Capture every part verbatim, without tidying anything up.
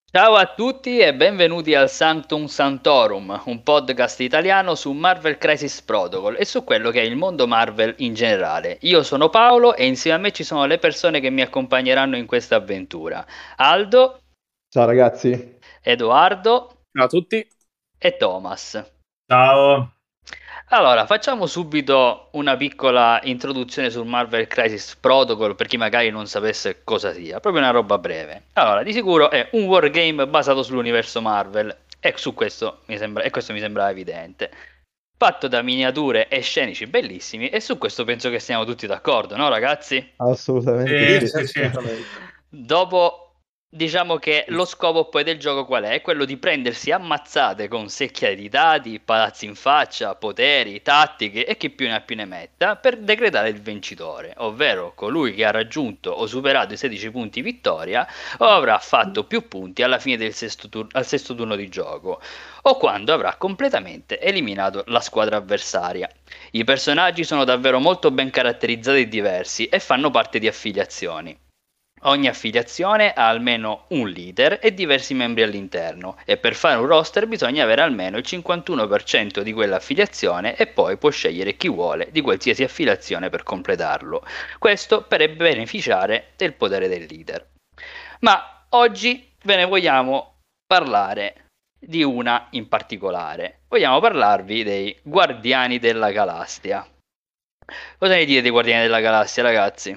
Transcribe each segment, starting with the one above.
Ciao a tutti e benvenuti al Sanctum Sanctorum, un podcast italiano su Marvel Crisis Protocol e su quello che è il mondo Marvel in generale. Io sono Paolo e insieme a me ci sono le persone che mi accompagneranno in questa avventura. Aldo, Ciao ragazzi. Edoardo Ciao a tutti. e Thomas. Ciao. Allora, facciamo subito una piccola introduzione sul Marvel Crisis Protocol per chi magari non sapesse cosa sia, proprio una roba breve. Allora, di sicuro è un wargame basato sull'universo Marvel e su questo mi sembra, e questo mi sembrava evidente. Fatto da miniature e scenici bellissimi e su questo penso che siamo tutti d'accordo, no ragazzi? Assolutamente Sì, sì, sì, sì. assolutamente. Dopo, diciamo che lo scopo poi del gioco qual è? È quello di prendersi ammazzate con secchiate di dadi, palazzi in faccia, poteri, tattiche e chi più ne ha più ne metta per decretare il vincitore, ovvero colui che ha raggiunto o superato i sedici punti vittoria o avrà fatto più punti alla fine del sesto, tur- al sesto turno di gioco o quando avrà completamente eliminato la squadra avversaria. I personaggi sono davvero molto ben caratterizzati e diversi e fanno parte di affiliazioni. Ogni affiliazione ha almeno un leader e diversi membri all'interno e per fare un roster bisogna avere almeno il cinquantuno per cento di quell'affiliazione e poi può scegliere chi vuole di qualsiasi affiliazione per completarlo. Questo per beneficiare del potere del leader. Ma oggi ve ne vogliamo parlare di una in particolare. Vogliamo parlarvi dei Guardiani della Galassia. Cosa ne dite dei Guardiani della Galassia, ragazzi?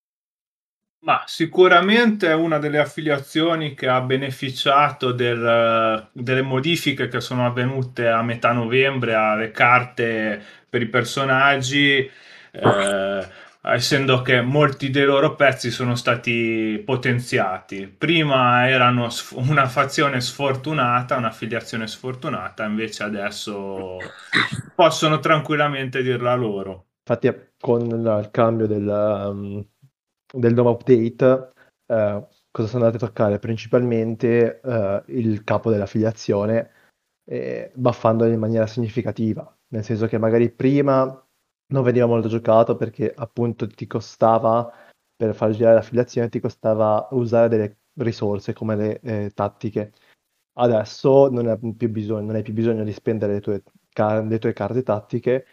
Ma sicuramente è una delle affiliazioni che ha beneficiato del- delle modifiche che sono avvenute a metà novembre alle carte per i personaggi, eh, essendo che molti dei loro pezzi sono stati potenziati. Prima erano sf- una fazione sfortunata, un'affiliazione sfortunata, invece adesso possono tranquillamente dirla loro. Infatti con il il cambio del, um, del nuovo update, eh, cosa sono andate a toccare? Principalmente eh, il capo dell'affiliazione, eh, buffandolo in maniera significativa, nel senso che magari prima non veniva molto giocato perché appunto ti costava, per far girare l'affiliazione, ti costava usare delle risorse come le eh, tattiche. Adesso non hai più bisogno, non hai più bisogno di spendere le tue, car- le tue carte tattiche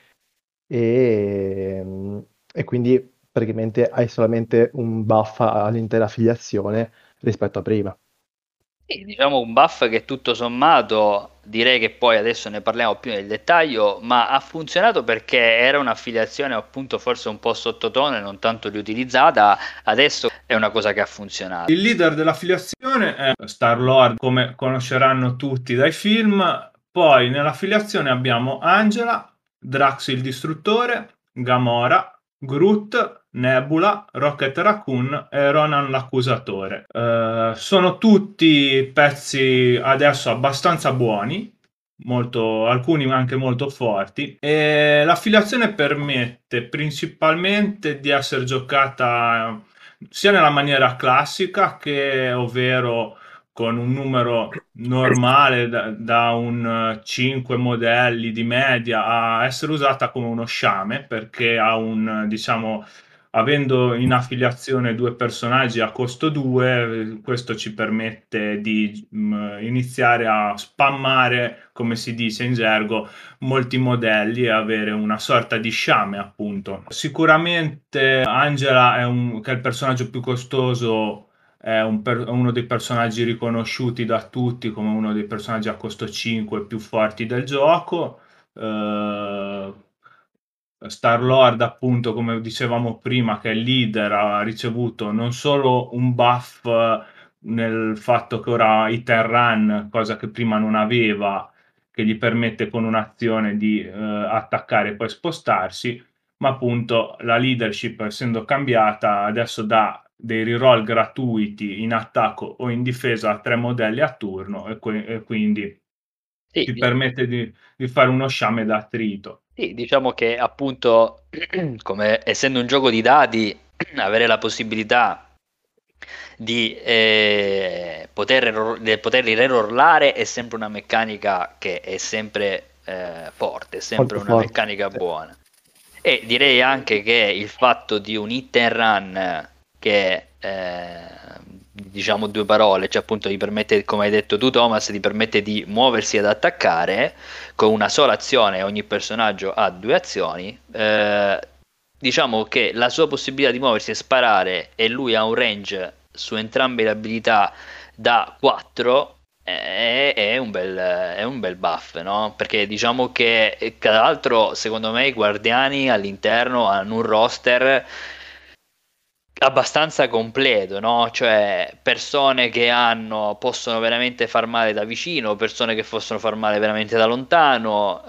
e, e quindi praticamente hai solamente un buff all'intera affiliazione rispetto a prima. Sì, diciamo un buff che tutto sommato direi che poi adesso ne parliamo più nel dettaglio, ma ha funzionato perché era un'affiliazione appunto forse un po' sottotono e non tanto riutilizzata, adesso è una cosa che ha funzionato. Il leader dell'affiliazione è Star-Lord, come conosceranno tutti dai film. Poi nell'affiliazione abbiamo Angela, Drax il Distruttore, Gamora, Groot, Nebula, Rocket Raccoon e Ronan l'Accusatore. Eh, sono tutti pezzi adesso abbastanza buoni, molto, alcuni anche molto forti, e l'affiliazione permette principalmente di essere giocata sia nella maniera classica che ovvero con un numero normale da, da un cinque modelli di media a essere usata come uno sciame perché ha un, diciamo, avendo in affiliazione due personaggi a costo due, questo ci permette di mh, iniziare a spammare, come si dice in gergo, molti modelli e avere una sorta di sciame, appunto. Sicuramente Angela è un, che è il personaggio più costoso, è un per- uno dei personaggi riconosciuti da tutti come uno dei personaggi a costo cinque più forti del gioco. Eh, Star-Lord, appunto, come dicevamo prima, che è il leader, ha ricevuto non solo un buff eh, nel fatto che ora ha i Terran, cosa che prima non aveva, che gli permette con un'azione di eh, attaccare e poi spostarsi, ma appunto la leadership, essendo cambiata, adesso dà dei reroll gratuiti in attacco o in difesa a tre modelli a turno e, que- e quindi Sì, ti di- permette di, di fare uno sciame d'attrito. sì, diciamo che appunto, come essendo un gioco di dadi, avere la possibilità di eh, poter, erro- di poterli rerorlare è sempre una meccanica che è sempre eh, forte, è sempre Molto una forte. meccanica Sì. buona. E direi anche che il fatto di un hit and run che eh, diciamo due parole, cioè appunto gli permette, come hai detto tu Thomas, gli permette di muoversi ed attaccare con una sola azione. Ogni personaggio ha due azioni. Eh, diciamo che la sua possibilità di muoversi e sparare, e lui ha un range su entrambe le abilità da quattro, è, è un bel, è un bel buff, no? Perché diciamo che eh, tra l'altro secondo me i guardiani all'interno hanno un roster abbastanza completo, no? Cioè persone che hanno possono veramente far male da vicino, persone che possono far male veramente da lontano,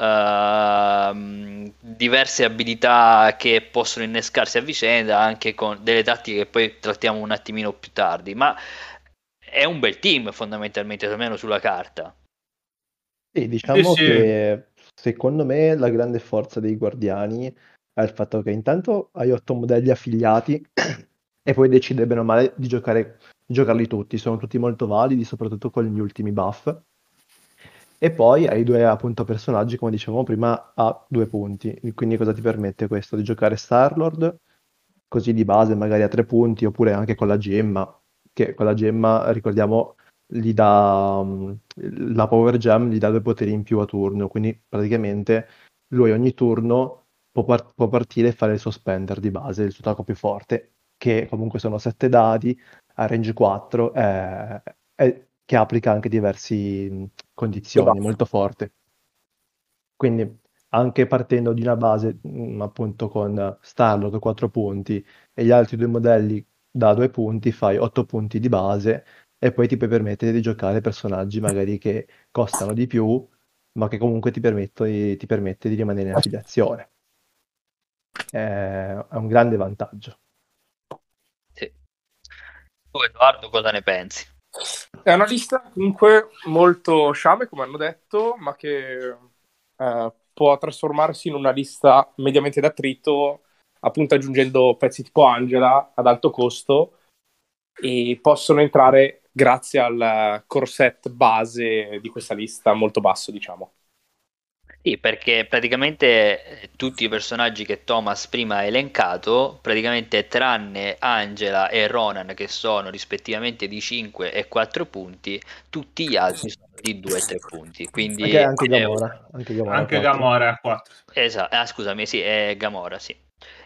ehm, diverse abilità che possono innescarsi a vicenda, anche con delle tattiche che poi trattiamo un attimino più tardi, ma è un bel team fondamentalmente, almeno sulla carta. Sì, Sì, diciamo sì. che secondo me la grande forza dei Guardiani è il fatto che intanto hai otto modelli affiliati e poi decide bene o male di giocare, di giocarli tutti, sono tutti molto validi, soprattutto con gli ultimi buff. E poi hai due appunto personaggi, come dicevamo prima, a due punti. Quindi cosa ti permette questo? Di giocare Star-Lord, così di base magari a tre punti, oppure anche con la gemma, che con la gemma, ricordiamo, gli dà mm, la Power Gem, gli dà due poteri in più a turno. Quindi praticamente lui ogni turno può, par- può partire e fare il suo spender di base, il suo attacco più forte, che comunque sono sette dadi, a range quattro, eh, e che applica anche diverse condizioni, molto forte. Quindi anche partendo di una base mh, appunto con Starlord quattro punti e gli altri due modelli da due punti, fai otto punti di base e poi ti puoi permettere di giocare personaggi magari che costano di più, ma che comunque ti permetto di- ti permette di rimanere in affiliazione. È, è un grande vantaggio. Sì. Tu Edoardo cosa ne pensi? È una lista comunque molto sciame, come hanno detto, ma che eh, può trasformarsi in una lista mediamente d'attrito, appunto aggiungendo pezzi tipo Angela ad alto costo, e possono entrare grazie al core set base di questa lista molto basso, diciamo. Sì, perché praticamente eh, tutti i personaggi che Thomas prima ha elencato, praticamente tranne Angela e Ronan, che sono rispettivamente di cinque e quattro punti, tutti gli altri sono di due e tre punti. Anche, Quindi anche è un- Gamora, anche Gamora Anche quattro. Gamora è a quattro. Esatto, ah, scusami, sì, è Gamora, sì.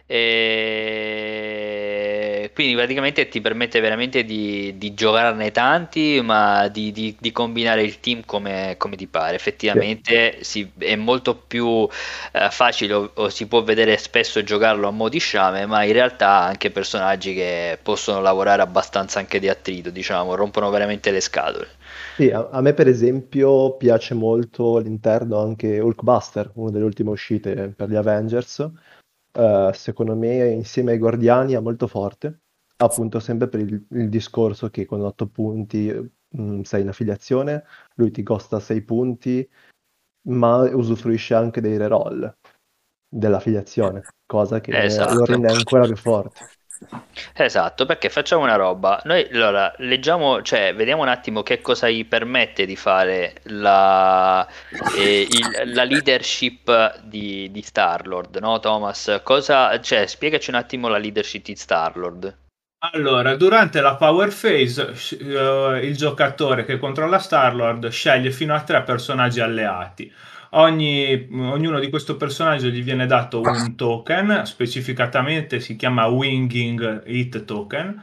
E quindi praticamente ti permette veramente di, di giocarne tanti, ma di, di- di combinare il team come, come ti pare. Sì. Effettivamente si- è molto più eh, facile o, o si può vedere spesso giocarlo a mo' di sciame, ma in realtà ha anche personaggi che possono lavorare abbastanza anche di attrito, diciamo, rompono veramente le scatole. Sì, a, a me per esempio piace molto all'interno anche Hulkbuster, una delle ultime uscite per gli Avengers. Eh, secondo me insieme ai Guardiani è molto forte, appunto sempre per il, il discorso che con otto punti mh, sei in affiliazione, lui ti costa sei punti, ma usufruisce anche dei reroll dell'affiliazione, cosa che lo Esatto. rende ancora più forte. Esatto, perché facciamo una roba. Noi allora leggiamo, cioè vediamo un attimo che cosa gli permette di fare la, eh, il- la leadership di, di Star-Lord, no, Thomas? Cosa, cioè, spiegaci un attimo la leadership di Star-Lord. Allora, durante la Power Phase, sc- eh, il giocatore che controlla Star-Lord sceglie fino a tre personaggi alleati. Ogni- ognuno di questi personaggi gli viene dato un token, specificatamente si chiama Winging Hit Token.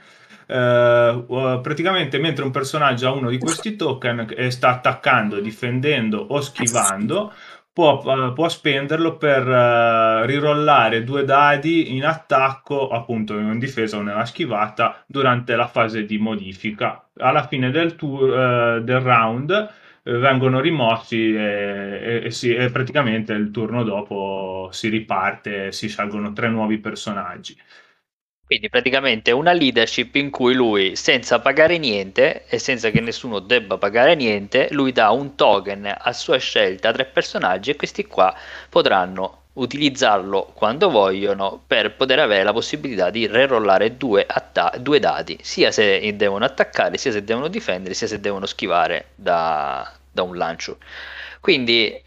Eh, uh, praticamente mentre un personaggio ha uno di questi token e sta attaccando, difendendo o schivando, può, eh, può spenderlo per eh, rirollare due dadi in attacco, appunto in difesa o nella schivata, durante la fase di modifica. Alla fine del, tour, eh, del round eh, vengono rimossi e, e- e si- e praticamente il turno dopo si riparte e si scelgono tre nuovi personaggi. Quindi praticamente una leadership in cui lui, senza pagare niente e senza che nessuno debba pagare niente, lui dà un token a sua scelta a tre personaggi e questi qua potranno utilizzarlo quando vogliono per poter avere la possibilità di rerollare due, atta- due dati, sia se devono attaccare, sia se devono difendere, sia se devono schivare da, da un lancio. Quindi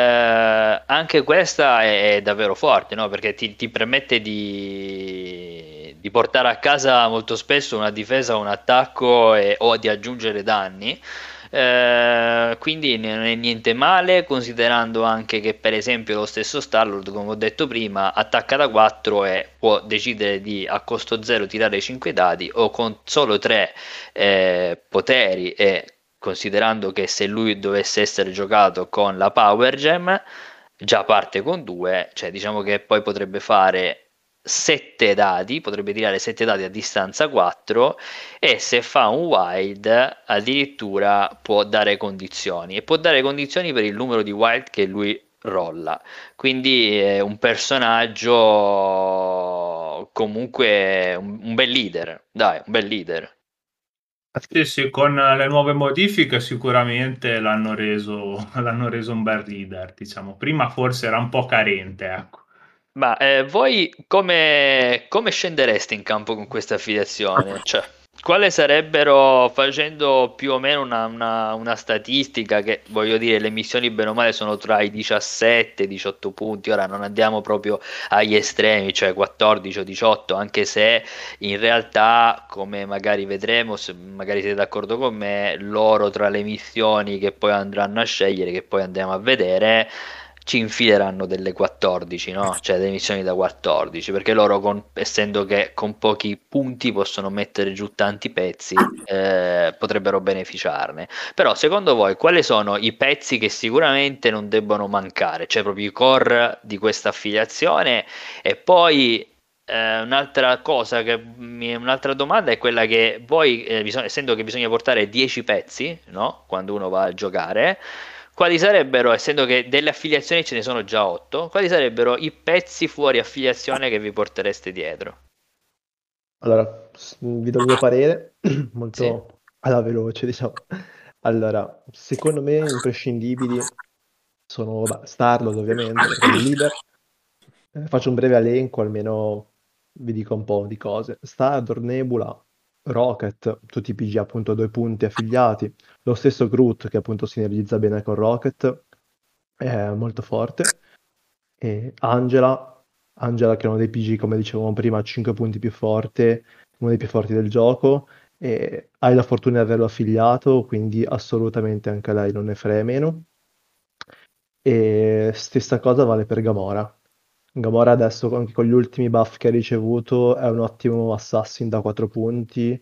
eh, anche questa è, è davvero forte, no? Perché ti, ti permette di, di di portare a casa molto spesso una difesa o un attacco e, o di aggiungere danni. Eh, quindi non è niente male, considerando anche che per esempio lo stesso Star-Lord, come ho detto prima, attacca da quattro e può decidere di a costo zero tirare cinque dadi o con solo tre eh, poteri, e considerando che se lui dovesse essere giocato con la Power Gem già parte con due, cioè diciamo che poi potrebbe fare sette dadi, potrebbe tirare sette dadi a distanza quattro, e se fa un wild addirittura può dare condizioni, e può dare condizioni per il numero di wild che lui rolla, quindi è un personaggio comunque un, un bel leader, dai, un bel leader. Sì, sì, con le nuove modifiche sicuramente l'hanno reso, l'hanno reso un bel leader, diciamo. Prima forse era un po' carente, ecco. Ma eh, voi come, come scendereste in campo con questa affiliazione? Cioè, quale sarebbero, facendo più o meno una, una- una statistica, che voglio dire, le missioni bene o male sono tra i diciassette e i diciotto punti, ora non andiamo proprio agli estremi, cioè quattordici o diciotto, anche se in realtà, come magari vedremo, se magari siete d'accordo con me, loro tra le missioni che poi andranno a scegliere, che poi andiamo a vedere, ci infileranno delle quattordici, no? Cioè delle missioni da quattordici, perché loro, con- essendo che con pochi punti possono mettere giù tanti pezzi, eh, potrebbero beneficiarne. Però secondo voi quali sono i pezzi che sicuramente non debbono mancare? Cioè proprio i core di questa affiliazione? E poi eh, un'altra cosa che mi- un'altra domanda è quella che voi, eh, bisogna- essendo che bisogna portare dieci pezzi, no? Quando uno va a giocare, quali sarebbero, essendo che delle affiliazioni ce ne sono già otto, quali sarebbero i pezzi fuori affiliazione che vi portereste dietro? Allora, s- vi do il mio parere, Sì? molto alla veloce, diciamo. Allora, secondo me imprescindibili sono vabbè, Star-Lord ovviamente, perché è il leader. Eh, faccio un breve elenco, almeno vi dico un po' di cose. Star-Lord, Nebula, Rocket, tutti i P G appunto a due punti affiliati. Lo stesso Groot che appunto sinergizza bene con Rocket, è molto forte. E Angela, Angela che è uno dei P G, come dicevamo prima, a cinque punti più forte, uno dei più forti del gioco. E hai la fortuna di averlo affiliato, quindi assolutamente anche lei non ne farei a meno. E stessa cosa vale per Gamora. Gamora adesso, anche con gli ultimi buff che ha ricevuto, è un ottimo assassin da quattro punti,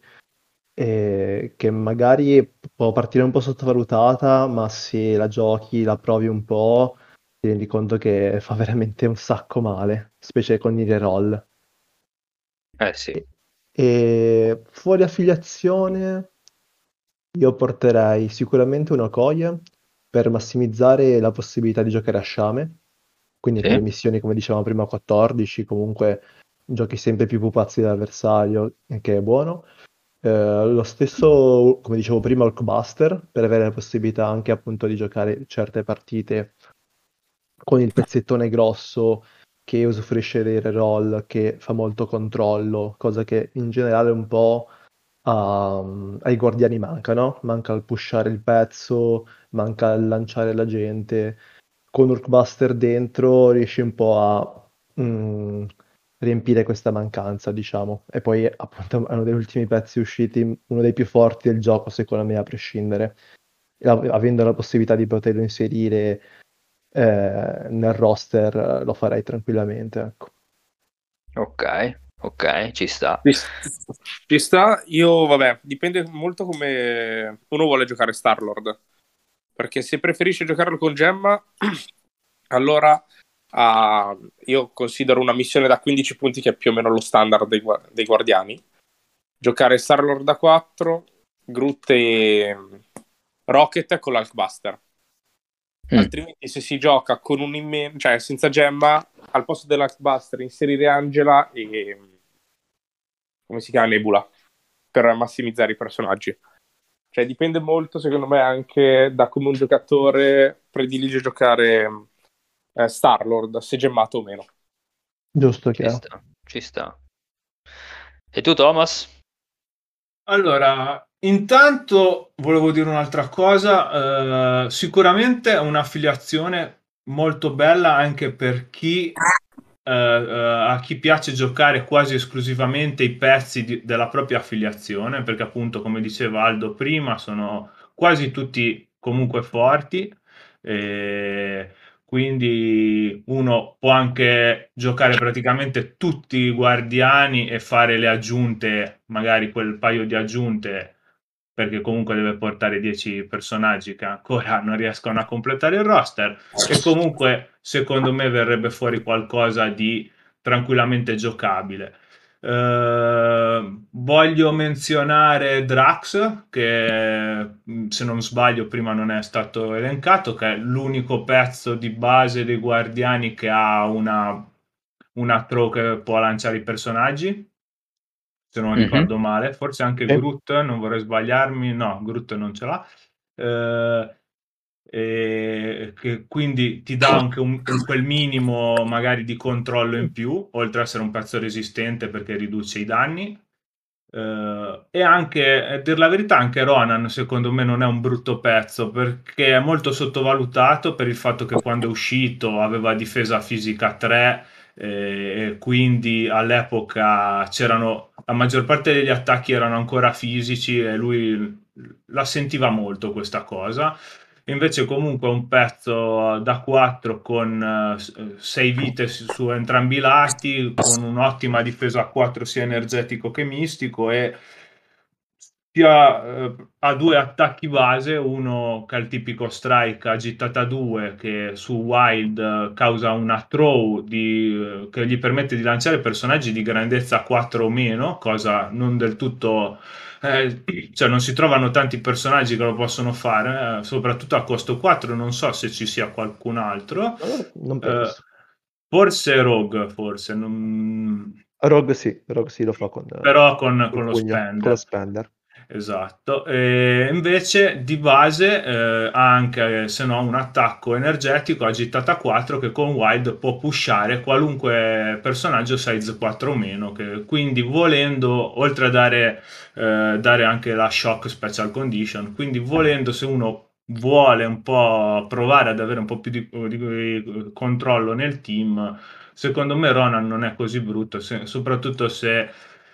e che magari può partire un po' sottovalutata, ma se la giochi, la provi un po', ti rendi conto che fa veramente un sacco male, specie con i reroll. Eh sì. E, e fuori affiliazione, io porterei sicuramente una Okoye per massimizzare la possibilità di giocare a sciame, quindi per le Sì? missioni, come dicevamo prima, quattordici, comunque giochi sempre più pupazzi dell'avversario, che è buono. Eh, lo stesso, come dicevo prima, Hulkbuster, per avere la possibilità anche appunto di giocare certe partite con il pezzettone grosso che usufruisce dei reroll, che fa molto controllo, cosa che in generale un po' a- ai guardiani manca, no? Manca il pushare il pezzo, manca il lanciare la gente. Con Hulkbuster dentro riesci un po' a mm, riempire questa mancanza, diciamo. E poi appunto è uno degli ultimi pezzi usciti, uno dei più forti del gioco, secondo me, a prescindere. E av- avendo la possibilità di poterlo inserire eh, nel roster, eh, lo farei tranquillamente, ecco. Ok, ok, ci sta. Ci ci sta, io vabbè, dipende molto come uno vuole giocare Star-Lord, perché se preferisce giocarlo con Gemma, allora ah, io considero una missione da quindici punti, che è più o meno lo standard dei, gua- dei guardiani. Giocare Star-Lord da quattro, Groot e Rocket con l'Hulkbuster. Mm. Altrimenti se si gioca con un immen- cioè senza Gemma, al posto dell'Hulkbuster inserire Angela e come si chiama, Nebula, per massimizzare i personaggi. Cioè dipende molto, secondo me, anche da come un giocatore predilige giocare eh, Star-Lord, se gemmato o meno. Giusto, Ci chiaro. sta, ci sta. E tu, Thomas? Allora, intanto volevo dire un'altra cosa, eh, sicuramente è un'affiliazione molto bella anche per chi uh, uh, a chi piace giocare quasi esclusivamente i pezzi di, della propria affiliazione, perché appunto, come diceva Aldo prima, sono quasi tutti comunque forti, e quindi uno può anche giocare praticamente tutti i guardiani e fare le aggiunte, magari quel paio di aggiunte, perché comunque deve portare dieci personaggi che ancora non riescono a completare il roster, e comunque secondo me verrebbe fuori qualcosa di tranquillamente giocabile. Uh, voglio menzionare Drax, che se non sbaglio prima non è stato elencato, che è l'unico pezzo di base dei Guardiani che ha una, una throw che può lanciare i personaggi, se non ricordo Mhm. male, forse anche Sì. Groot, non vorrei sbagliarmi, no, Groot non ce l'ha. Uh, e che quindi ti dà anche un, un quel minimo magari di controllo in più, oltre ad essere un pezzo resistente perché riduce i danni. Uh, e anche, a dir la verità, anche Ronan secondo me non è un brutto pezzo, perché è molto sottovalutato per il fatto che quando è uscito aveva difesa fisica tre, e quindi all'epoca c'erano, la maggior parte degli attacchi erano ancora fisici e lui la sentiva molto questa cosa. Invece comunque un pezzo da quattro con sei vite su, su entrambi i lati, con un'ottima difesa a quattro sia energetico che mistico, e sia, eh, ha due attacchi base, uno che è il tipico strike agitata due, che su Wild eh, causa una throw di, eh, che gli permette di lanciare personaggi di grandezza quattro o meno, cosa non del tutto... Eh, cioè non si trovano tanti personaggi che lo possono fare, eh, soprattutto a costo quattro, non so se ci sia qualcun altro. No, non Eh, penso. forse Rogue, forse, non... Rogue sì, Rogue sì lo fa con, però con, col con lo pugno, con lo spender. spender. Esatto, e invece di base eh, ha anche, se no, un attacco energetico agitata quattro che con Wild può pushare qualunque personaggio size quattro o meno, che quindi volendo, oltre a dare, eh, dare anche la shock special condition, quindi volendo, se uno vuole un po' provare ad avere un po' più di, di controllo nel team, secondo me Ronan non è così brutto, se, soprattutto se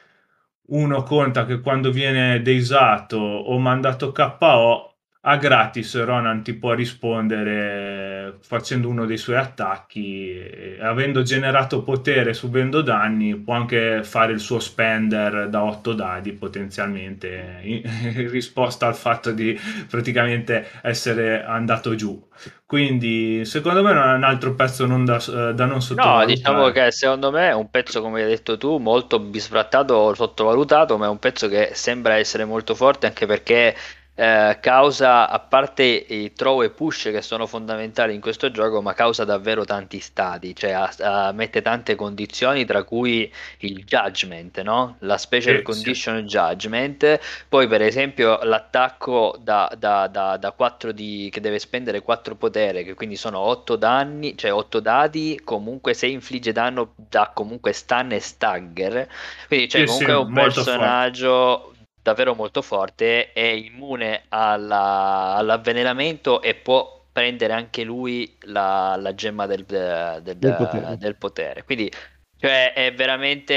uno conta che quando viene deisato o mandato K O, a gratis Ronan ti può rispondere facendo uno dei suoi attacchi, e avendo generato potere, subendo danni, può anche fare il suo spender da otto dadi potenzialmente, in, in risposta al fatto di praticamente essere andato giù. Quindi secondo me non è un altro pezzo non da, da non No, diciamo sottovalutare. che secondo me è un pezzo, come hai detto tu, molto bisfrattato, sottovalutato, ma è un pezzo che sembra essere molto forte anche perché eh, causa, a parte i throw e push che sono fondamentali in questo gioco, ma causa davvero tanti stati, cioè ha- ha- mette tante condizioni, tra cui il judgment, no? La special Sì, sì. condition judgment. Poi, per esempio, l'attacco da, da, da, da quattro di, che deve spendere quattro potere, che quindi sono otto danni, cioè otto dadi. Comunque, se infligge danno, dà comunque stun e stagger. Quindi, cioè, Sì, sì, comunque è un molto forte. personaggio davvero molto forte. È immune alla- all'avvelenamento e può prendere anche lui la, la gemma del, del- Del potere. del potere. Quindi. Cioè, è veramente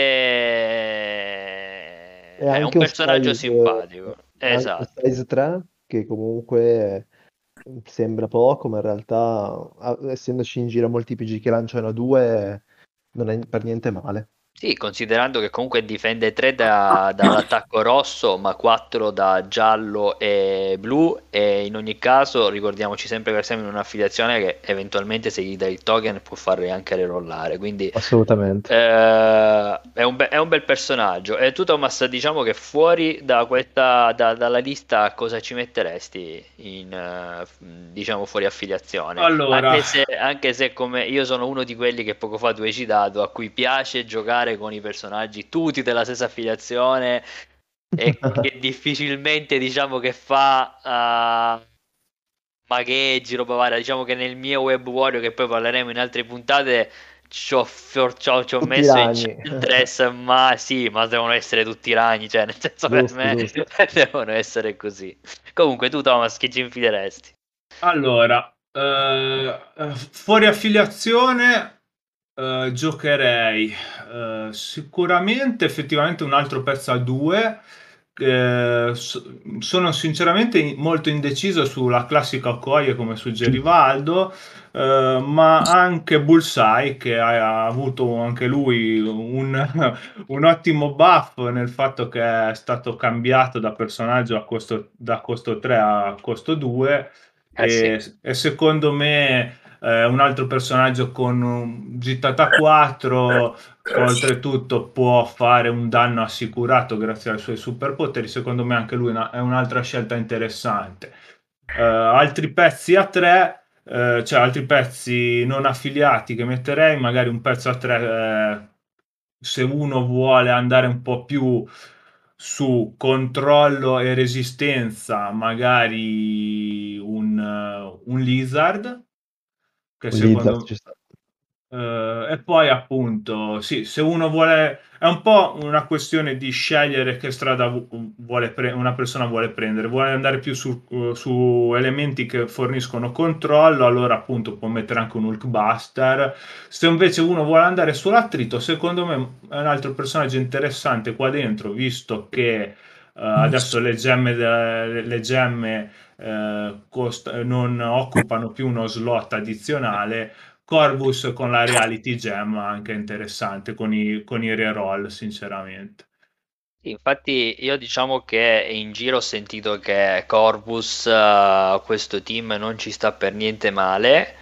È è un anche un personaggio size, simpatico. è anche un Esatto. size tre che comunque sembra poco, ma in realtà, ah, essendoci in giro molti P G che lanciano due, non è per niente male. Sì, considerando che comunque difende tre da- dall'attacco rosso, ma quattro da giallo e blu, e in ogni caso ricordiamoci sempre che siamo in un'affiliazione che eventualmente se gli dai il token può farle anche rerollare, quindi Assolutamente. eh, è un, be- è un bel personaggio. E tu Thomas, diciamo che fuori da questa, da- dalla lista cosa ci metteresti in, eh, diciamo fuori affiliazione? Allora, Anche se, anche se come io sono uno di quelli che poco fa tu hai citato, a cui piace giocare con i personaggi tutti della stessa affiliazione e che difficilmente diciamo che fa uh, magheggi, roba varia. Diciamo che nel mio Web Warrior, che poi parleremo in altre puntate, ci ho, for- ci ho- ci ho Tutti i messo in ragni. Enchantress, ma sì, ma devono essere tutti ragni, cioè nel senso per Giusto, me giusto. devono essere così. Comunque tu Thomas, che ci infileresti? allora, eh, eh, fuori affiliazione Uh, giocherei uh, sicuramente effettivamente un altro pezzo a due. Uh, so- sono sinceramente in- molto indeciso sulla classica Okoye come suggeriva Aldo, uh, ma anche Bullseye che ha, ha avuto anche lui un, un ottimo buff nel fatto che è stato cambiato da personaggio a costo, da costo tre a costo due. Eh sì. E, e secondo me eh, un altro personaggio con un gittata quattro, oltretutto può fare un danno assicurato grazie ai suoi superpoteri. Secondo me anche lui una- è un'altra scelta interessante. Eh, altri pezzi a tre, eh, cioè altri pezzi non affiliati che metterei, magari un pezzo a tre, eh, se uno vuole andare un po' più su controllo e resistenza, magari un, eh, un Lizard, che Un Lizard secondo ci sta. eh, e poi appunto, sì, se uno vuole, è un po' una questione di scegliere che strada vu- vuole pre- una persona vuole prendere. Vuole andare più su, eh, su elementi che forniscono controllo, allora appunto può mettere anche un Hulkbuster. Se invece uno vuole andare sull'attrito, secondo me è un altro personaggio interessante qua dentro, visto che eh, adesso le gemme, de- le gemme eh, cost- non occupano più uno slot addizionale. Corvus con la Reality Gem anche interessante, con i, con i reroll, sinceramente. Sì, infatti io diciamo che in giro ho sentito che Corvus, eh, questo team non ci sta per niente male,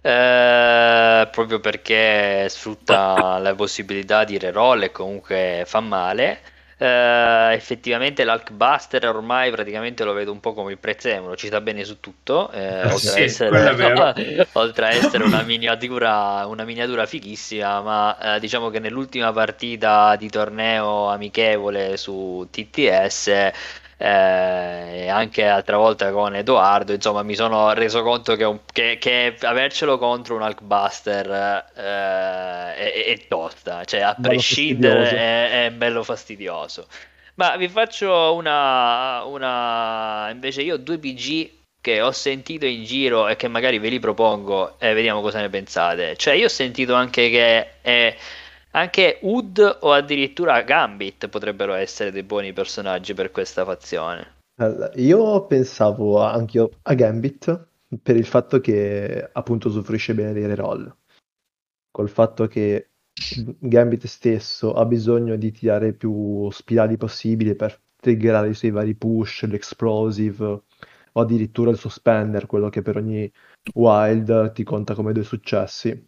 eh, proprio perché sfrutta le possibilità di reroll e comunque fa male. Eh, effettivamente l'Hulkbuster ormai praticamente lo vedo un po' come il prezzemolo, ci sta bene su tutto, eh, Eh, oltre a sì, quello essere, è vero. oltre a essere una miniatura, una miniatura fighissima, ma eh, diciamo che nell'ultima partita di torneo amichevole su T T S eh, e anche altra volta con Edoardo, insomma, mi sono reso conto che, un- che- che avercelo contro un Hulkbuster eh, è, è tosta, cioè a Bello prescindere fastidioso. è, è bello fastidioso. Ma vi faccio una, una... invece io ho due P G che ho sentito in giro e che magari ve li propongo e vediamo cosa ne pensate. Cioè, io ho sentito anche che eh, anche Wood o addirittura Gambit potrebbero essere dei buoni personaggi per questa fazione. Allora, io pensavo anche a Gambit per il fatto che appunto usufruisce bene dei reroll, col fatto che Gambit stesso ha bisogno di tirare più spirali possibili per triggerare i suoi vari push, l'explosive o addirittura il suspender, quello che per ogni wild ti conta come due successi.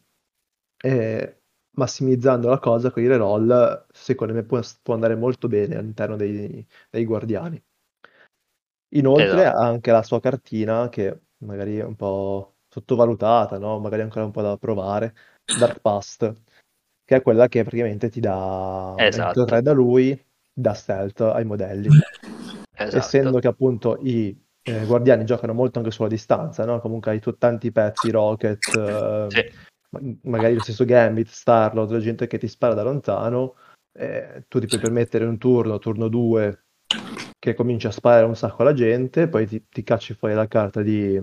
E massimizzando la cosa con i reroll, secondo me può, può andare molto bene all'interno dei, dei guardiani. Inoltre ha Esatto, anche la sua cartina che magari è un po' sottovalutata, no? Magari ancora un po' da provare, Dark Past, che è quella che praticamente ti dà un evento tre esatto, da lui, dà stealth ai modelli. esatto. Essendo che appunto i eh, guardiani giocano molto anche sulla distanza, no? Comunque hai tu tanti pezzi, Rocket, eh, Sì. ma- magari lo stesso Gambit, Starlord, la gente che ti spara da lontano, eh, tu ti puoi permettere un turno, turno due, che cominci a sparare un sacco alla gente, poi ti, ti cacci fuori la carta di,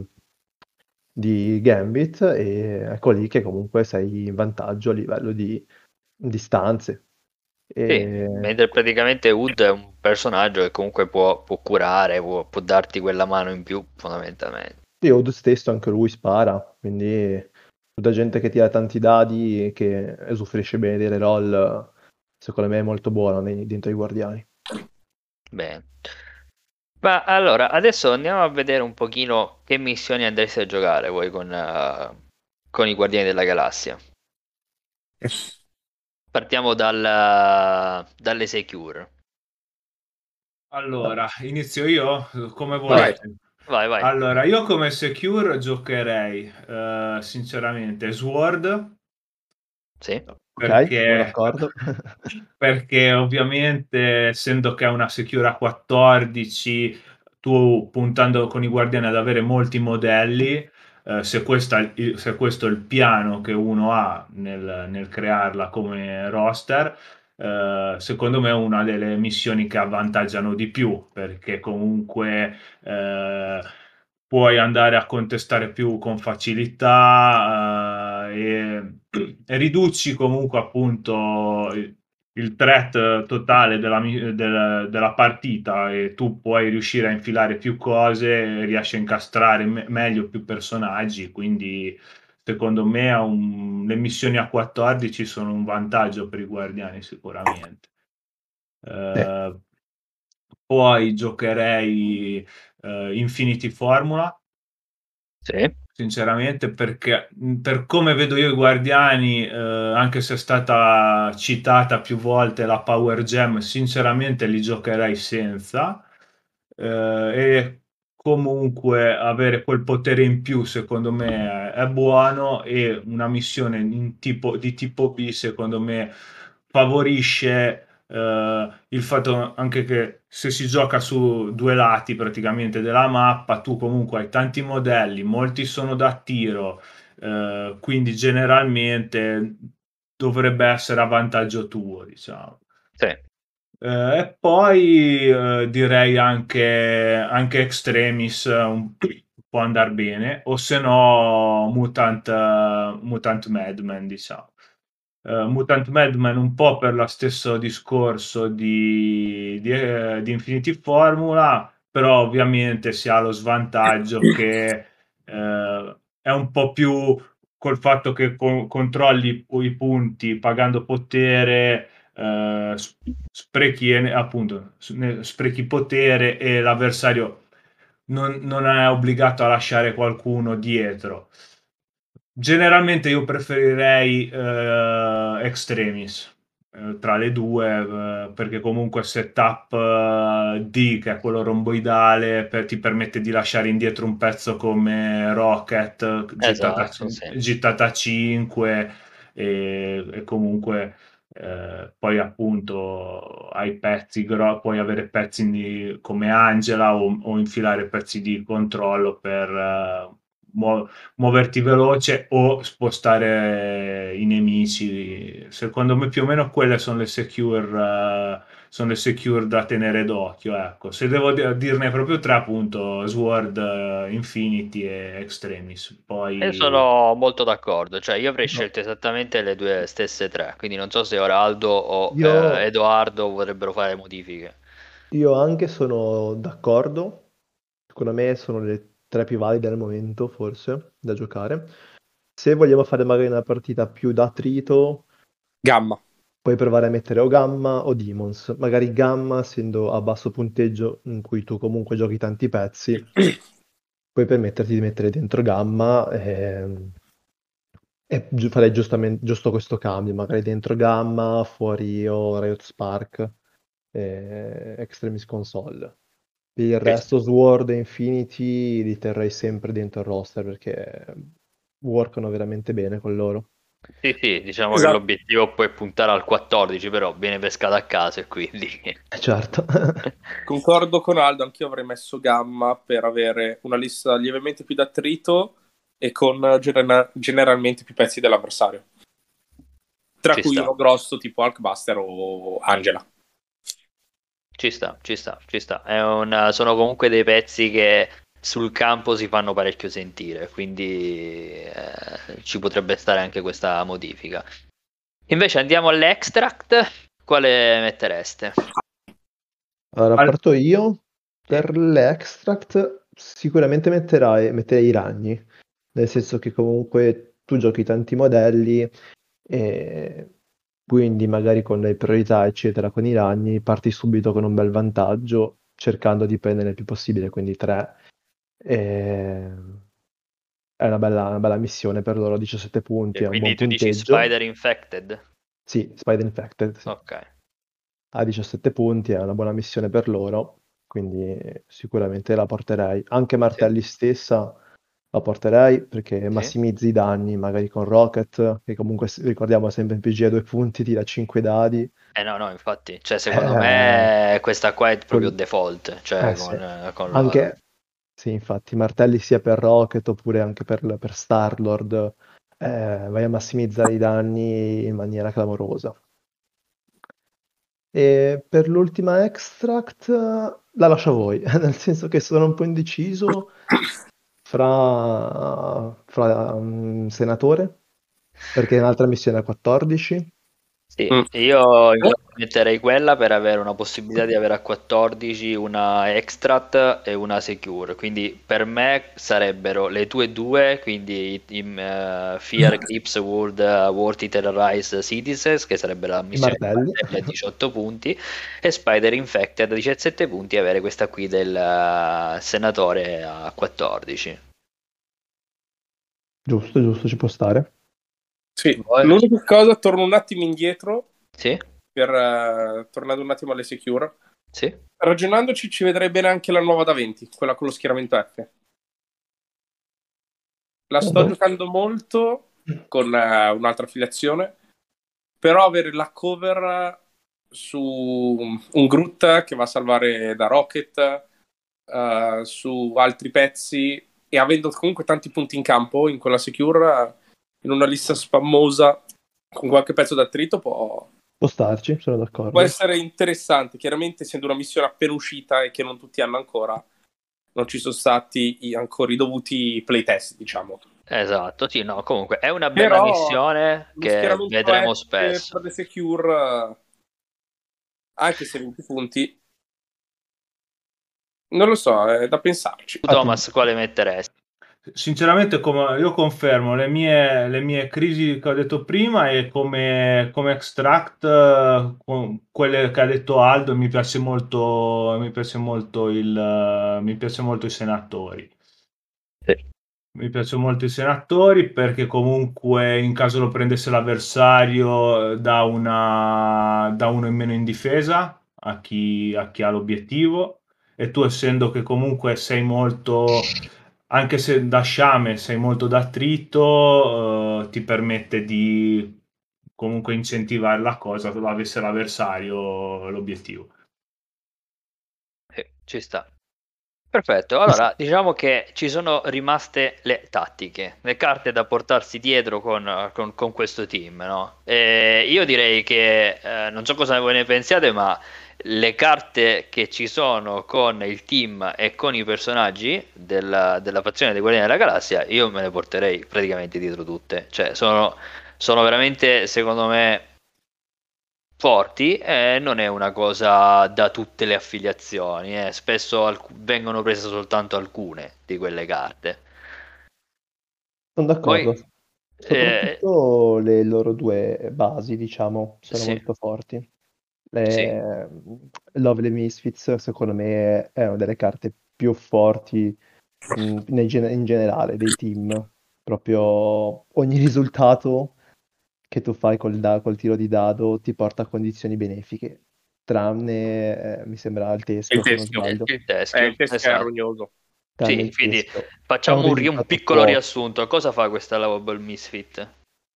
di Gambit e ecco lì che comunque sei in vantaggio a livello di distanze. Sì, E mentre praticamente Wood è un personaggio che comunque può, può curare, può, può darti quella mano in più, fondamentalmente. sì, Odo stesso anche lui spara, quindi tutta gente che tira tanti dadi e che usufruisce bene dei reroll, secondo me è molto buono nei- dentro i guardiani. Bene. Ma allora, adesso andiamo a vedere un pochino che missioni andreste a giocare voi con, eh, con i Guardiani della Galassia. Partiamo dal, dalle Secure. Allora, inizio io come Vai. Vai, volete. vai, vai. Allora, io come secure giocherei eh, sinceramente Sword Sì, Ok, sono perché, d'accordo. perché ovviamente essendo che è una secure a quattordici, tu puntando con i guardiani ad avere molti modelli, eh, se, questa, il- se questo è il piano che uno ha nel, nel crearla come roster, eh, secondo me è una delle missioni che avvantaggiano di più, perché comunque eh, puoi andare a contestare più con facilità, eh, e riduci comunque appunto il, il threat totale della, mi- del- della partita e tu puoi riuscire a infilare più cose, riesci a incastrare me- meglio più personaggi, quindi secondo me ha un- le missioni a quattordici sono un vantaggio per i guardiani sicuramente. Sì. Eh, Poi giocherei eh, Infinity Formula, Sì. sinceramente, perché mh, per come vedo io i Guardiani, eh, anche se è stata citata più volte la Power Gem, sinceramente li giocherei senza. Eh, e comunque avere quel potere in più, secondo me, è buono, e una missione in tipo, di tipo B, secondo me, favorisce eh, il fatto anche che se si gioca su due lati praticamente della mappa, tu comunque hai tanti modelli, molti sono da tiro, eh, quindi generalmente dovrebbe essere a vantaggio tuo, diciamo. Sì. Eh, e poi eh, direi anche, anche Extremis eh, un, può andare bene, o se no Mutant, eh, Mutant Madman, diciamo. Eh, Mutant Madman un po' per lo stesso discorso di, di, eh, di Infinity Formula, però ovviamente si ha lo svantaggio che eh, è un po' più col fatto che co- controlli i punti pagando potere, eh, s- sprechi e- appunto s- ne- sprechi potere e l'avversario non, non è obbligato a lasciare qualcuno dietro. Generalmente io preferirei eh, Extremis eh, tra le due, eh, perché comunque il setup eh, D, che è quello romboidale, per- ti permette di lasciare indietro un pezzo come Rocket, gittata, Esatto, sì. gittata cinque, e, e comunque eh, poi appunto hai pezzi, gro- puoi avere pezzi di- come Angela, o, o infilare pezzi di controllo per eh, muo- muoverti veloce o spostare i nemici. Secondo me più o meno quelle sono le secure, eh, sono le secure da tenere d'occhio, ecco. Se devo di- dirne proprio tre, appunto, Sword, eh, Infinity e Extremis. Io Poi sono molto d'accordo, cioè io avrei No, scelto esattamente le due stesse tre, quindi non so se ora Aldo o io, eh, Edoardo vorrebbero fare modifiche. io anche sono d'accordo. Secondo me sono le tre più valide al momento, forse, da giocare. Se vogliamo fare magari una partita più da attrito, Gamma. puoi provare a mettere o Gamma o Demons. Magari Gamma, essendo a basso punteggio, in cui tu comunque giochi tanti pezzi, puoi permetterti di mettere dentro Gamma e, e gi- farei giustamente, giusto questo cambio. Magari dentro Gamma, fuori o Riot Spark, e Extremis Console. Per il Sì, resto, Sword e Infinity li terrei sempre dentro il roster perché workano veramente bene con loro. sì, sì, diciamo che Esatto. l'obiettivo poi è puntare al quattordici, però viene pescato a caso e quindi... Eh, Certo. Concordo con Aldo, anch'io avrei messo Gamma per avere una lista lievemente più d'attrito e con genera- generalmente più pezzi dell'avversario. Tra Ci cui sta, uno grosso tipo Hulkbuster o Angela. ci sta, ci sta, ci sta. È un- sono comunque dei pezzi che sul campo si fanno parecchio sentire, quindi eh, ci potrebbe stare anche questa modifica. Invece andiamo all'extract, quale mettereste? Allora, al- parto io. Per l'extract sicuramente metterai, metterei i ragni, nel senso che comunque tu giochi tanti modelli e quindi magari con le priorità, eccetera, con i ragni parti subito con un bel vantaggio, cercando di prendere il più possibile, quindi tre. E... È una bella, una bella missione per loro, diciassette punti, E è un buon quindi tu dici punteggio. Spider Infected? Sì, Spider Infected, sì. Ok. Ha diciassette punti, è una buona missione per loro, quindi sicuramente la porterei. Anche Sì, Martelli stessa la porterei perché sì. massimizzi i danni, magari con Rocket, che comunque s- ricordiamo sempre in P G a due punti, tira cinque dadi. Eh no, no, infatti, cioè secondo Eh, me questa qua è proprio col- default, cioè eh sì. con, con loro. Anche, sì, infatti, martelli sia per Rocket oppure anche per, per Star-Lord, eh, vai a massimizzare i danni in maniera clamorosa. E per l'ultima extract eh, la lascio a voi, nel senso che sono un po' indeciso fra, fra un senatore Perché è un'altra missione a quattordici. Sì, Mm. io infatti metterei quella per avere una possibilità di avere a quattordici una extract e una secure, quindi per me sarebbero le tue due, quindi i- i- eh, Fear, Grips, World, uh, Worthy Terrorize Citizens, che sarebbe la I missione di martelli. martelli a diciotto punti, e Spider Infected a diciassette punti, e avere questa qui del uh, senatore a quattordici. Giusto, giusto, ci può stare. Sì, Voi? l'unica cosa, torno un attimo indietro Sì? per eh, tornando un attimo alle secure. Sì? Ragionandoci, ci vedrei bene anche la nuova da venti, quella con lo schieramento F. La sto Oh. giocando molto con eh, un'altra affiliazione, però avere la cover su un Groot che va a salvare da Rocket, eh, su altri pezzi, e avendo comunque tanti punti in campo in quella secure, in una lista spammosa con qualche pezzo d'attrito può, Può starci, sono può d'accordo. essere interessante. Chiaramente, essendo una missione appena uscita e che non tutti hanno ancora, non ci sono stati i, ancora i dovuti playtest, diciamo. Esatto, sì, no, comunque è una bella Però missione lo che schieramento vedremo F spesso. per le secure, anche se venti punti, non lo so, è da pensarci. Tu, Thomas, quale metteresti? Sinceramente, come io confermo le mie, le mie crisi che ho detto prima, e come, come extract, eh, con quelle che ha detto Aldo, mi piace molto, mi piace molto il, eh, mi piace molto i senatori. Sì. Mi piacciono molto i senatori perché comunque in caso lo prendesse l'avversario eh, dà una, dà uno in meno in difesa a chi, a chi ha l'obiettivo, e tu, essendo che comunque sei molto, anche se da sciame sei molto d'attrito, eh, ti permette di comunque incentivare la cosa se lo avesse l'avversario l'obiettivo. Sì, ci sta. Perfetto, allora diciamo che ci sono rimaste le tattiche, le carte da portarsi dietro con, con- con questo team, no? E io direi che, eh, non so cosa voi ne pensiate, ma le carte che ci sono con il team e con i personaggi della, della fazione dei Guardiani della Galassia, io me le porterei praticamente dietro tutte, cioè sono, sono veramente, secondo me, forti, e non è una cosa da tutte le affiliazioni, eh. Spesso alc- vengono prese soltanto alcune di quelle carte. Sono d'accordo. Poi, eh, Soprattutto le loro due basi, diciamo, sono sì, molto forti. sì, Le... Lovely Misfits, secondo me, è una delle carte più forti mh, nei gen- in generale dei team. Proprio ogni risultato che tu fai col, da- col tiro di dado ti porta a condizioni benefiche, tranne, eh, mi sembra, il Il teschio, se non teschio. il, sbaglio. il Eh, teschio, il teschio è esatto. rognoso. Tranne Sì, il quindi teschio. È un facciamo un, ri- un risultato piccolo vuoto. riassunto. Cosa fa questa Lovable Misfit?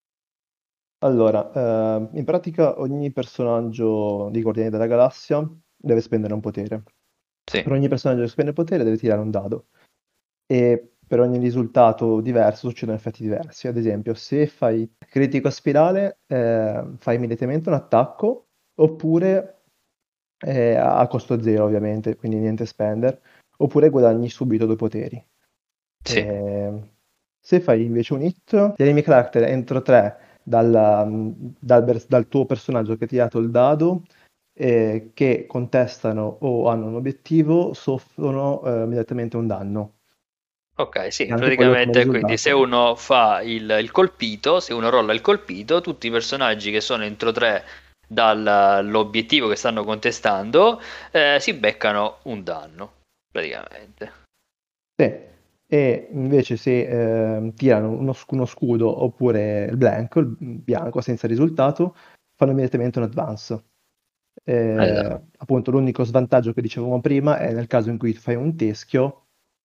Allora, eh, in pratica ogni personaggio di Guardiani della Galassia deve spendere un potere. Sì, Per ogni personaggio che spende potere deve tirare un dado. E per ogni risultato diverso succedono effetti diversi. Ad esempio, se fai critico a spirale, eh, fai immediatamente un attacco, oppure eh, a costo zero, ovviamente, quindi niente spender, oppure guadagni subito due poteri. sì, Eh, se fai invece un hit, gli enemy character entro tre dal, dal bers- dal tuo personaggio che ha tirato il dado, eh, che contestano o hanno un obiettivo, soffrono eh, immediatamente un danno. ok, sì, E anche quello come praticamente quindi se risultato. uno fa il, il colpito, se uno rolla il colpito, tutti i personaggi che sono entro tre dall'obiettivo che stanno contestando, eh, si beccano un danno, praticamente. Sì. E invece se ehm, tirano uno, sc- uno scudo oppure il blank, il bianco senza risultato, fanno immediatamente un advance. Esatto. Eh, appunto, l'unico svantaggio che dicevamo prima è nel caso in cui fai un teschio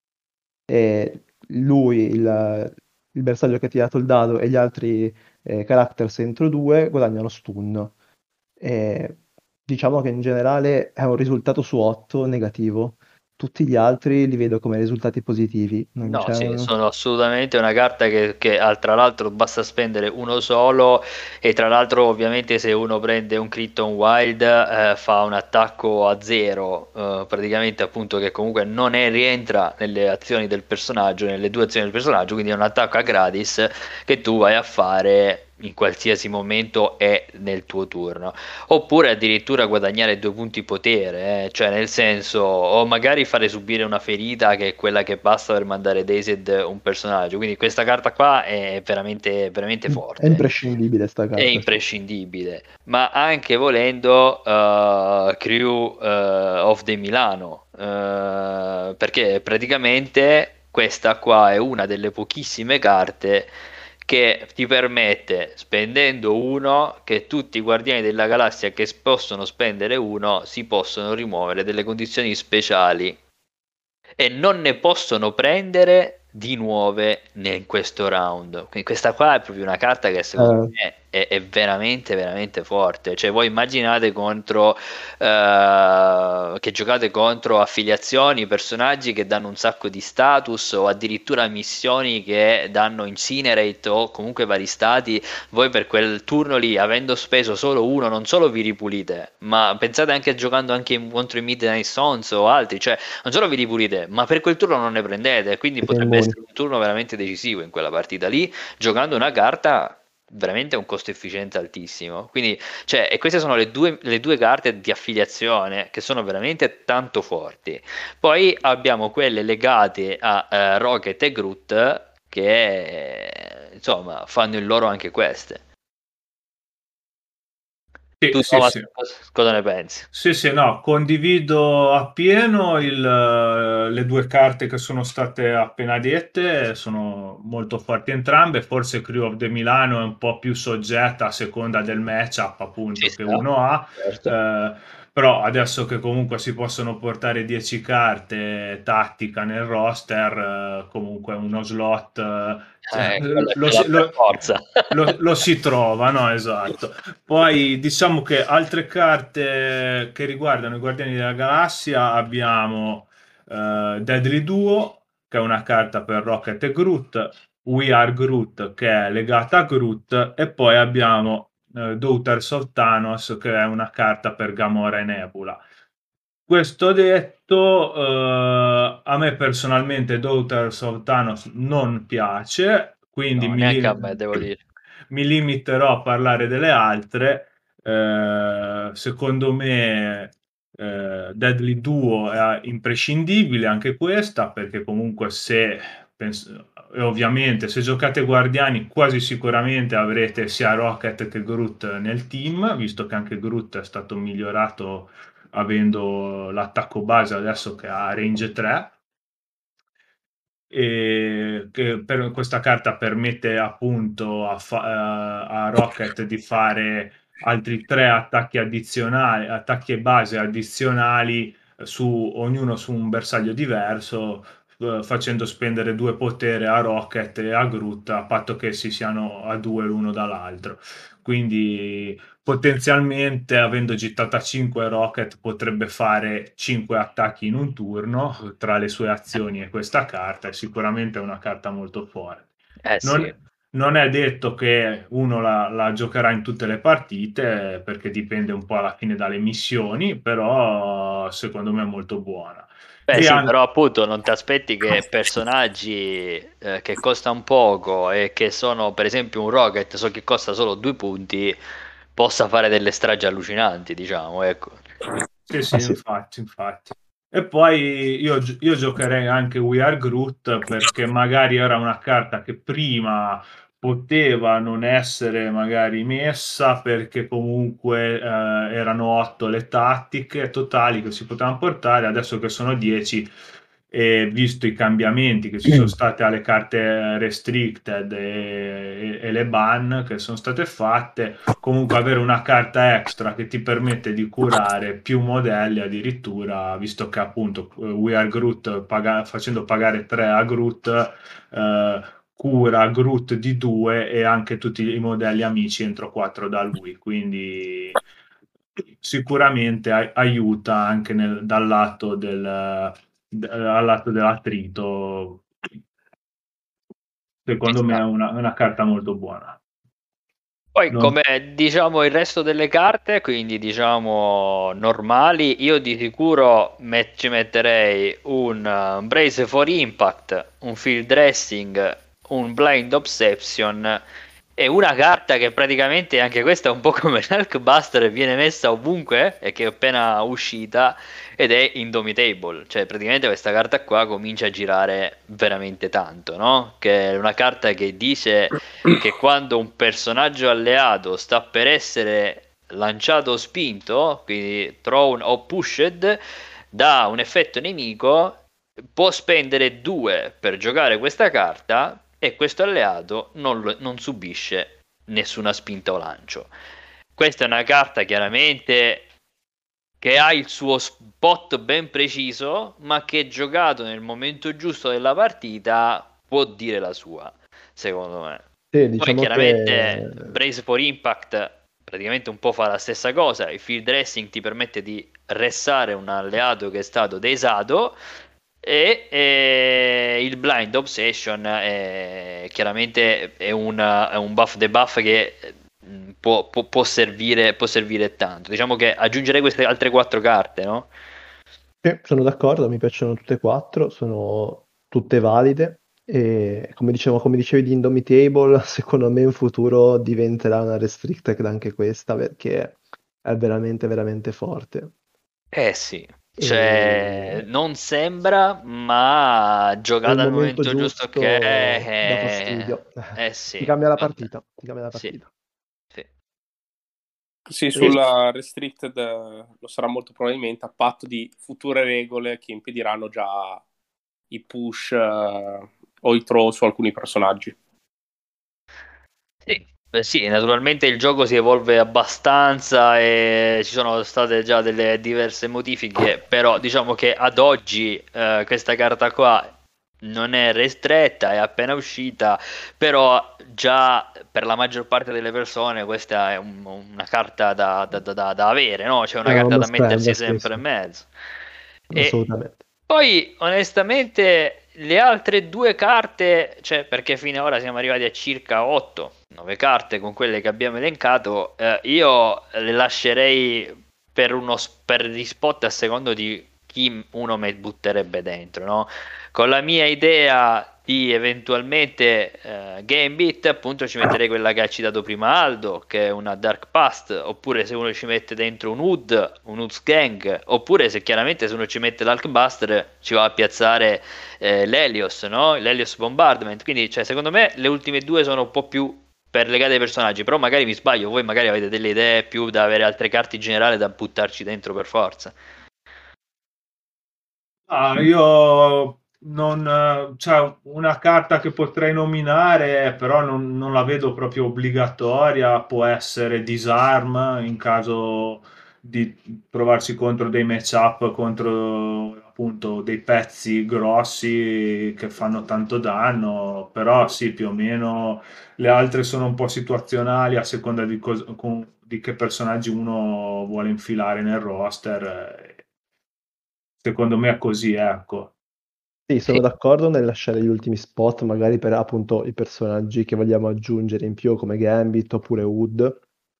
e lui, il, il bersaglio che ha tirato il dado e gli altri eh, characters entro due guadagnano stun. E diciamo che in generale è un risultato su otto negativo. Tutti gli altri li vedo come risultati positivi. Non No, c'è sì, un... sono assolutamente una carta che, che ah, tra l'altro basta spendere uno solo, e tra l'altro ovviamente se uno prende un Krypton Wild eh, fa un attacco a zero, eh, praticamente, appunto, che comunque non è, rientra nelle azioni del personaggio, nelle due azioni del personaggio, quindi è un attacco a gratis che tu vai a fare in qualsiasi momento è nel tuo turno, oppure addirittura guadagnare due punti potere, eh, cioè nel senso, o magari fare subire una ferita che è quella che basta per mandare dazed un personaggio, quindi questa carta qua è veramente, veramente forte. È imprescindibile sta carta. È imprescindibile, ma anche volendo uh, Crew uh, of the Milano, uh, perché praticamente questa qua è una delle pochissime carte che ti permette, spendendo uno, che tutti i guardiani della galassia che possono spendere uno si possono rimuovere delle condizioni speciali e non ne possono prendere di nuove in questo round. Quindi questa qua è proprio una carta che secondo Eh. me è, è veramente veramente forte. Cioè voi immaginate contro eh, che giocate contro affiliazioni, personaggi che danno un sacco di status o addirittura missioni che danno incinerate o comunque vari stati, voi per quel turno lì, avendo speso solo uno, non solo vi ripulite, ma pensate anche giocando anche in- contro i Midnight Sons o altri, cioè non solo vi ripulite, ma per quel turno non ne prendete, quindi Siete potrebbe immuni. essere un turno veramente decisivo in quella partita lì, giocando una carta veramente a un costo efficiente altissimo. Quindi, cioè, e queste sono le due, le due carte di affiliazione che sono veramente tanto forti. Poi abbiamo quelle legate a eh, Rocket e Groot che eh, insomma fanno il loro anche queste. Sì, Tu sì, Thomas, sì. cos- cosa ne pensi? Sì, sì, no, condivido appieno il, eh, le due carte che sono state appena dette, sono molto forti entrambe, forse Crew of the Milano è un po' più soggetta a seconda del matchup appunto Ci che sta, uno ha, certo. eh, però adesso che comunque si possono portare dieci carte tattica nel roster, eh, comunque uno slot, eh, cioè, Eh, quello lo, ce l'ha si- per lo- forza. lo- lo si trova, no? Esatto. Poi diciamo che altre carte che riguardano i Guardiani della Galassia abbiamo eh, Deadly Duo, che è una carta per Rocket e Groot, We Are Groot, che è legata a Groot, e poi abbiamo eh, Daughters of Thanos, che è una carta per Gamora e Nebula. Questo detto, eh, a me personalmente Daughters of Thanos non piace, quindi No, mi, neanche a li- me, devo dire. mi limiterò a parlare delle altre. Eh, secondo me eh, Deadly Duo è imprescindibile anche questa, perché comunque se, penso- e ovviamente se giocate Guardiani quasi sicuramente avrete sia Rocket che Groot nel team, visto che anche Groot è stato migliorato avendo l'attacco base adesso che ha range tre, e che per questa carta permette appunto a, fa- a Rocket di fare altri tre attacchi addizionali, attacchi base addizionali su ognuno su un bersaglio diverso, eh, facendo spendere due potere a Rocket e a Groot a patto che si siano a due l'uno dall'altro. Quindi potenzialmente, avendo gittata cinque Rocket, potrebbe fare cinque attacchi in un turno tra le sue azioni e questa carta. È sicuramente una carta molto forte. Eh sì. Non, non è detto che uno la, la giocherà in tutte le partite, perché dipende un po' alla fine dalle missioni, però secondo me è molto buona. Beh E sì, anche però appunto non ti aspetti che personaggi eh, che costano poco e che sono per esempio un Rocket, so che costa solo due punti, possa fare delle stragi allucinanti, diciamo, ecco. Sì, sì, Ah, sì. infatti, infatti. E poi io, gi- io giocherei anche We Are Groot, perché magari era una carta che prima poteva non essere magari messa, perché comunque eh, erano otto le tattiche totali che si potevano portare, adesso che sono dieci, e visto i cambiamenti che ci sono stati alle carte restricted e, e- e le ban che sono state fatte, comunque avere una carta extra che ti permette di curare più modelli addirittura, visto che appunto eh, We Are Groot, paga- facendo pagare tre a Groot, eh, cura Groot di due e anche tutti i modelli amici entro quattro da lui, quindi sicuramente ai- aiuta anche nel- dal lato del, d- al lato dell'attrito. Ci Secondo me sta. è una, una carta molto buona. Poi Non- come diciamo il resto delle carte, quindi diciamo normali, io di sicuro met- ci metterei un uh, Brace for Impact, un Field Dressing, un Blind Obsession è una carta che praticamente anche questa è un po' come l'Hulkbuster, viene messa ovunque e che è appena uscita ed è Indomitable, cioè praticamente questa carta qua comincia a girare veramente tanto, no? Che è una carta che dice che quando un personaggio alleato sta per essere lanciato o spinto, quindi thrown o pushed da un effetto nemico, può spendere due per giocare questa carta e questo alleato non, lo- non subisce nessuna spinta o lancio. Questa è una carta chiaramente che ha il suo spot ben preciso, ma che giocato nel momento giusto della partita può dire la sua, secondo me. Sì, Poi diciamo chiaramente che Brace for Impact praticamente un po' fa la stessa cosa, il field dressing ti permette di ressare un alleato che è stato desato e, e il Blind Obsession è, chiaramente è un, è un buff debuff che mh, può, può- può servire, può servire tanto. Diciamo che aggiungerei queste altre quattro carte, no? sì, sono d'accordo, mi piacciono tutte e quattro, sono tutte valide e come dicevo, come dicevi di Indomitable, secondo me in futuro diventerà una restricted anche questa perché è veramente veramente forte. Eh sì, cioè E non sembra, ma nel giocata al momento momento giusto che giusto dà è, fastidio. eh, eh Ti sì, cambia la vabbè, partita, ti cambia la sì, partita. sì. Sì, E sulla Restricted eh, lo sarà molto probabilmente a patto di future regole che impediranno già i push eh, o i throw su alcuni personaggi. Sì, beh, sì, naturalmente il gioco si evolve abbastanza e ci sono state già delle diverse modifiche, però diciamo che ad oggi eh, questa carta qua non è restretta, è appena uscita, però già per la maggior parte delle persone questa è un- una carta da, da- da- da- da avere, no? C'è è una un carta da must have, mettersi sì, sempre in sì, mezzo. E assolutamente. poi, onestamente, le altre due carte, cioè perché fino ad ora siamo arrivati a circa otto nove carte con quelle che abbiamo elencato, eh, io le lascerei per uno s- per gli spot a secondo di chi uno mi butterebbe dentro, no? Con la mia idea di eventualmente eh, Gambit, appunto ci metterei quella che ha citato prima Aldo, che è una Dark Past, oppure se uno ci mette dentro un Hood, un Hoods Gang, oppure se chiaramente se uno ci mette l'Hulkbuster ci va a piazzare eh, l'Helios, no? L'Helios Bombardment, quindi cioè, secondo me le ultime due sono un po' più per legate ai personaggi, però magari mi sbaglio, voi magari avete delle idee più da avere altre carte in generale da buttarci dentro per forza. Ah, io non, eh, cioè, una carta che potrei nominare, però non, non la vedo proprio obbligatoria, può essere Disarm in caso di trovarsi contro dei matchup contro appunto dei pezzi grossi che fanno tanto danno, però sì, più o meno le altre sono un po' situazionali a seconda di, cos- con- di che personaggi uno vuole infilare nel roster. eh, Secondo me è così, ecco. Sì, sono Sì, d'accordo nel lasciare gli ultimi spot, magari per appunto i personaggi che vogliamo aggiungere in più, come Gambit oppure Wood.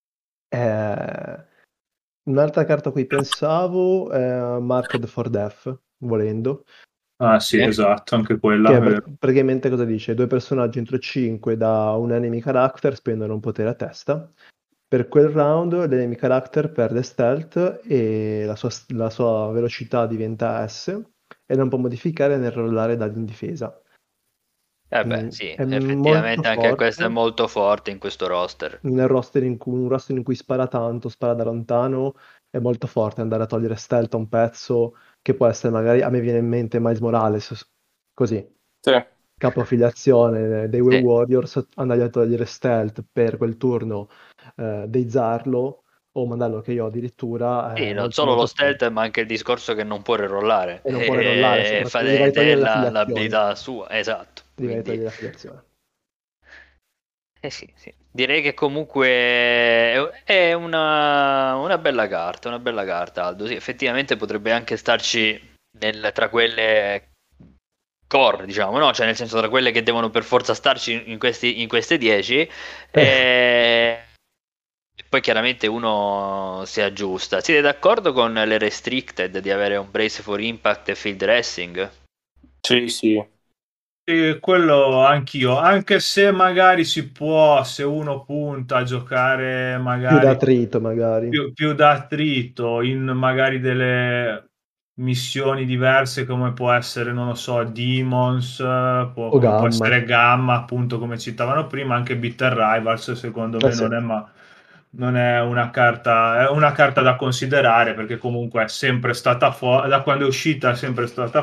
Eh, un'altra carta a cui pensavo è Marked for Death, volendo, Ah sì, Sì. esatto, anche quella, che è è pr- vero. praticamente cosa dice? Due personaggi entro cinque da un enemy character spendono un potere a testa. Per quel round l'enemy character perde stealth e la sua, la sua velocità diventa S e non può modificare né rollare dadi in difesa. eh beh, Mm, sì, è molto effettivamente anche questo è forte molto forte in questo roster. nel roster in cui, un roster in cui spara tanto, spara da lontano, è molto forte andare a togliere stealth a un pezzo che può essere magari, a me viene in mente Miles Morales, così, Sì. capo affiliazione dei Way Sì. Warriors, andare a togliere stealth per quel turno, eh, deizzarlo o mandarlo che io addirittura Sì, è non molto solo lo molto stealth, forte. ma anche il discorso che non può rerollare E non può rerollare, e fa soprattutto gli vai a ed è togliere la- l'affiliazione, l'abilità sua, esatto. gli vai a Quindi, togliere l'affiliazione. eh sì, sì. Direi che comunque è è una, una bella carta, una bella carta, Aldo. Sì, effettivamente potrebbe anche starci nel- tra quelle core, diciamo, no? Cioè, nel senso, tra quelle che devono per forza starci in questi, in queste dieci. E e poi chiaramente uno si aggiusta. Siete d'accordo con le restricted di avere un brace for impact e field dressing? Sì, sì. E quello anch'io, anche se magari si può, se uno punta a giocare Più da magari attrito, magari. più, più da attrito, in magari delle missioni diverse come può essere, non lo so, Demons, eh, può- O come può Gamma. essere Gamma, appunto come citavano prima, anche Bitter Rivals secondo Eh me sì. non è, ma, non è una carta, è una carta da considerare perché comunque è sempre stata forte, da quando è uscita è sempre stata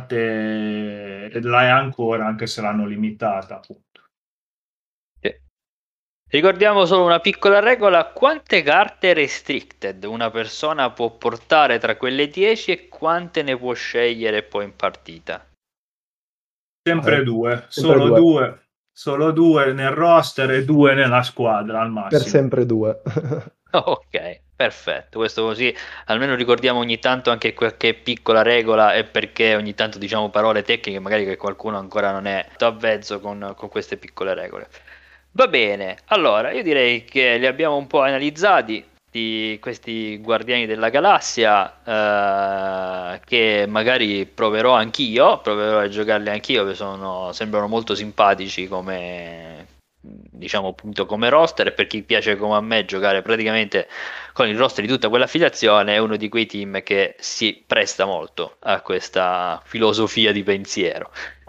forte e la è ancora, anche se l'hanno limitata, appunto. Sì. Ricordiamo solo una piccola regola: quante carte restricted una persona può portare tra quelle dieci e quante ne può scegliere poi in partita? Sempre Eh, due, sempre solo due. due, solo due nel roster e due nella squadra al Per massimo. sempre due. Ok, perfetto. Questo così almeno ricordiamo ogni tanto anche qualche piccola regola e perché ogni tanto diciamo parole tecniche, magari che qualcuno ancora non è avvezzo con, con queste piccole regole. Va bene, allora io direi che li abbiamo un po' analizzati di questi Guardiani della Galassia, eh, che magari proverò anch'io, proverò a giocarli anch'io, che sono, sembrano molto simpatici come, diciamo appunto come roster, e per chi piace come a me giocare praticamente con il roster di tutta quella affiliazione è uno di quei team che si presta molto a questa filosofia di pensiero.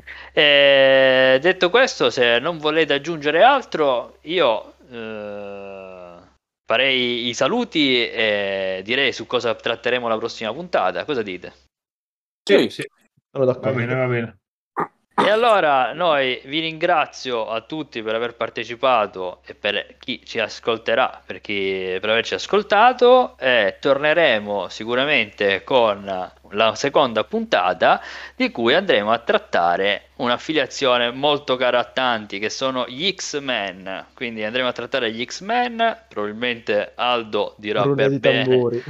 E detto questo, se non volete aggiungere altro, io eh, farei i saluti e direi su cosa tratteremo la prossima puntata. Cosa dite? Sì, Sì, sì, Sono va bene, d'accordo. va bene. E allora noi vi ringrazio a tutti per aver partecipato e per chi ci ascolterà, per chi per averci ascoltato, e torneremo sicuramente con la seconda puntata di cui andremo a trattare un'affiliazione molto cara a tanti che sono gli X-Men. Quindi andremo a trattare gli X-Men, probabilmente Aldo dirà Rullo per di bene. tamburi.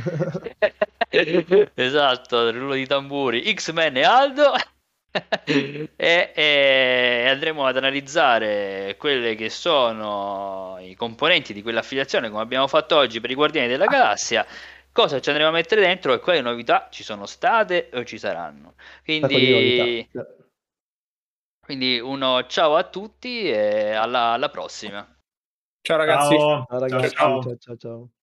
Esatto, il rullo di tamburi, X-Men e Aldo. E, e andremo ad analizzare quelle che sono i componenti di quell'affiliazione come abbiamo fatto oggi per i Guardiani della Galassia, cosa ci andremo a mettere dentro e quali novità ci sono state o ci saranno. Da quali novità? Quindi, quindi uno ciao a tutti e alla alla prossima. ciao ragazzi. Ciao, Ciao ciao, ragazzi, Ciao, ciao. ciao. ciao ciao ciao.